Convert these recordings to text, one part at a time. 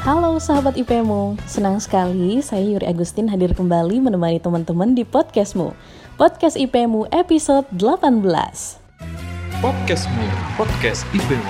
Halo sahabat IPmu, senang sekali saya Yuri Agustin hadir kembali menemani teman-teman di podcastmu. Podcast IPmu episode 18. Podcastmu, podcast IPmu.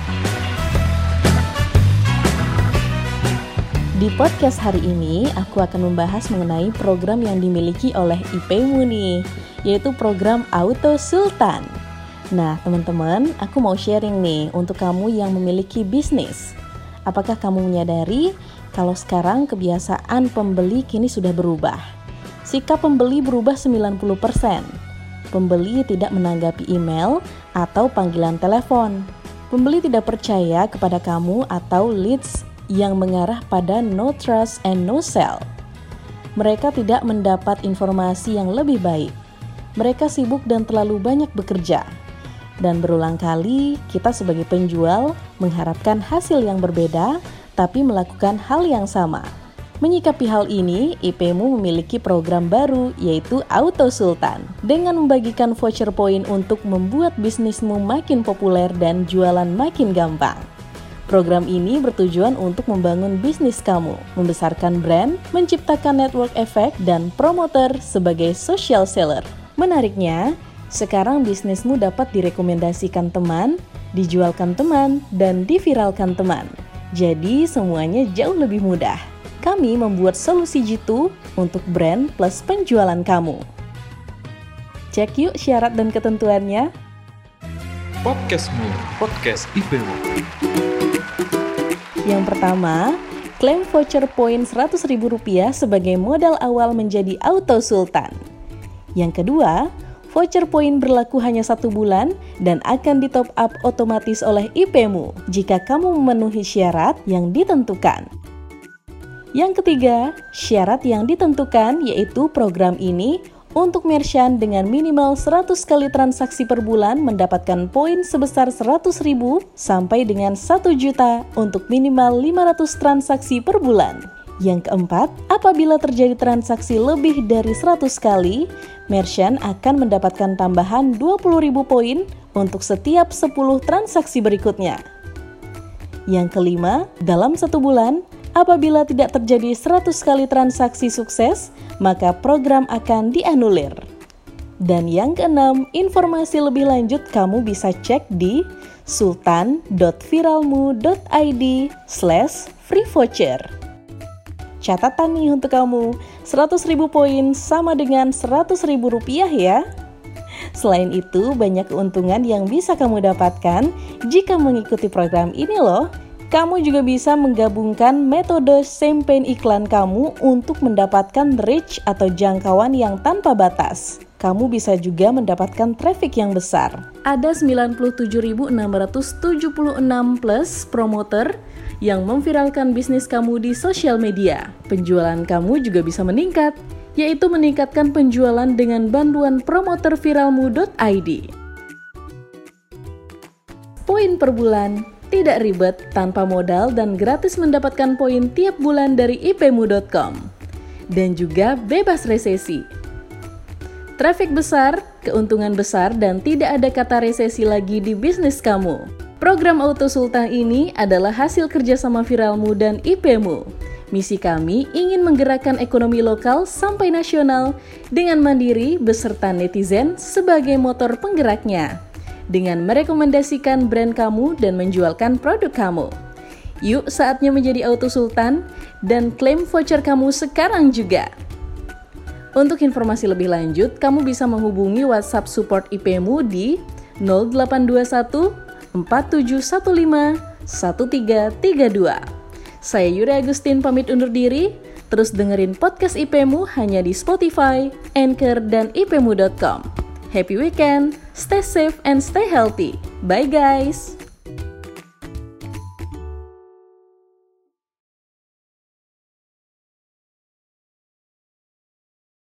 Di podcast hari ini, aku akan membahas mengenai program yang dimiliki oleh IPmu nih, yaitu program Auto Sultan. Nah teman-teman, aku mau sharing nih untuk kamu yang memiliki bisnis. Apakah kamu menyadari kalau sekarang kebiasaan pembeli kini sudah berubah? Sikap pembeli berubah 90%. Pembeli tidak menanggapi email atau panggilan telepon. Pembeli tidak percaya kepada kamu atau leads yang mengarah pada no trust and no sell. Mereka tidak mendapat informasi yang lebih baik. Mereka sibuk dan terlalu banyak bekerja. Dan berulang kali kita sebagai penjual mengharapkan hasil yang berbeda tapi melakukan hal yang sama. Menyikapi hal ini, IPmu memiliki program baru yaitu Auto Sultan dengan membagikan voucher poin untuk membuat bisnismu makin populer dan jualan makin gampang. Program ini bertujuan untuk membangun bisnis kamu, membesarkan brand, menciptakan network effect, dan promoter sebagai social seller. Menariknya, sekarang bisnismu dapat direkomendasikan teman, dijualkan teman, dan diviralkan teman. Jadi semuanya jauh lebih mudah. Kami membuat solusi jitu untuk brand plus penjualan kamu. Cek yuk syarat dan ketentuannya. Podcastmu, podcast IPmu. Yang pertama, klaim voucher poin Rp100.000 sebagai modal awal menjadi Auto Sultan. Yang kedua, voucher poin berlaku hanya 1 bulan dan akan di-top up otomatis oleh IPmu jika kamu memenuhi syarat yang ditentukan. Yang ketiga, syarat yang ditentukan yaitu program ini untuk merchant dengan minimal 100 kali transaksi per bulan mendapatkan poin sebesar 100.000 sampai dengan 1 juta untuk minimal 500 transaksi per bulan. Yang keempat, apabila terjadi transaksi lebih dari 100 kali, merchant akan mendapatkan tambahan 20.000 poin untuk setiap 10 transaksi berikutnya. Yang kelima, dalam 1 bulan, apabila tidak terjadi 100 kali transaksi sukses, maka program akan dianulir. Dan yang keenam, informasi lebih lanjut kamu bisa cek di sultan.viralmu.id/freevoucher. Catatan nih untuk kamu, 100.000 poin sama dengan Rp100.000 ya. Selain itu, banyak keuntungan yang bisa kamu dapatkan jika mengikuti program ini loh. Kamu juga bisa menggabungkan metode campaign iklan kamu untuk mendapatkan reach atau jangkauan yang tanpa batas. Kamu bisa juga mendapatkan traffic yang besar. Ada 97.676 plus promoter yang memviralkan bisnis kamu di sosial media. Penjualan kamu juga bisa meningkat, yaitu meningkatkan penjualan dengan bantuan promoter viralmu.id. Poin per bulan, tidak ribet, tanpa modal, dan gratis mendapatkan poin tiap bulan dari ipmu.com. Dan juga bebas resesi. Traffic besar, keuntungan besar, dan tidak ada kata resesi lagi di bisnis kamu. Program Auto Sultan ini adalah hasil kerjasama Viralmu dan IPmu. Misi kami ingin menggerakkan ekonomi lokal sampai nasional dengan mandiri beserta netizen sebagai motor penggeraknya. Dengan merekomendasikan brand kamu dan menjualkan produk kamu. Yuk saatnya menjadi Auto Sultan dan klaim voucher kamu sekarang juga. Untuk informasi lebih lanjut, kamu bisa menghubungi WhatsApp support IPmu di 0821 4715 1332. Saya Yuri Agustin pamit undur diri. Terus dengerin podcast IPmu hanya di Spotify, Anchor, dan ipmu.com. Happy weekend, stay safe and stay healthy. Bye guys!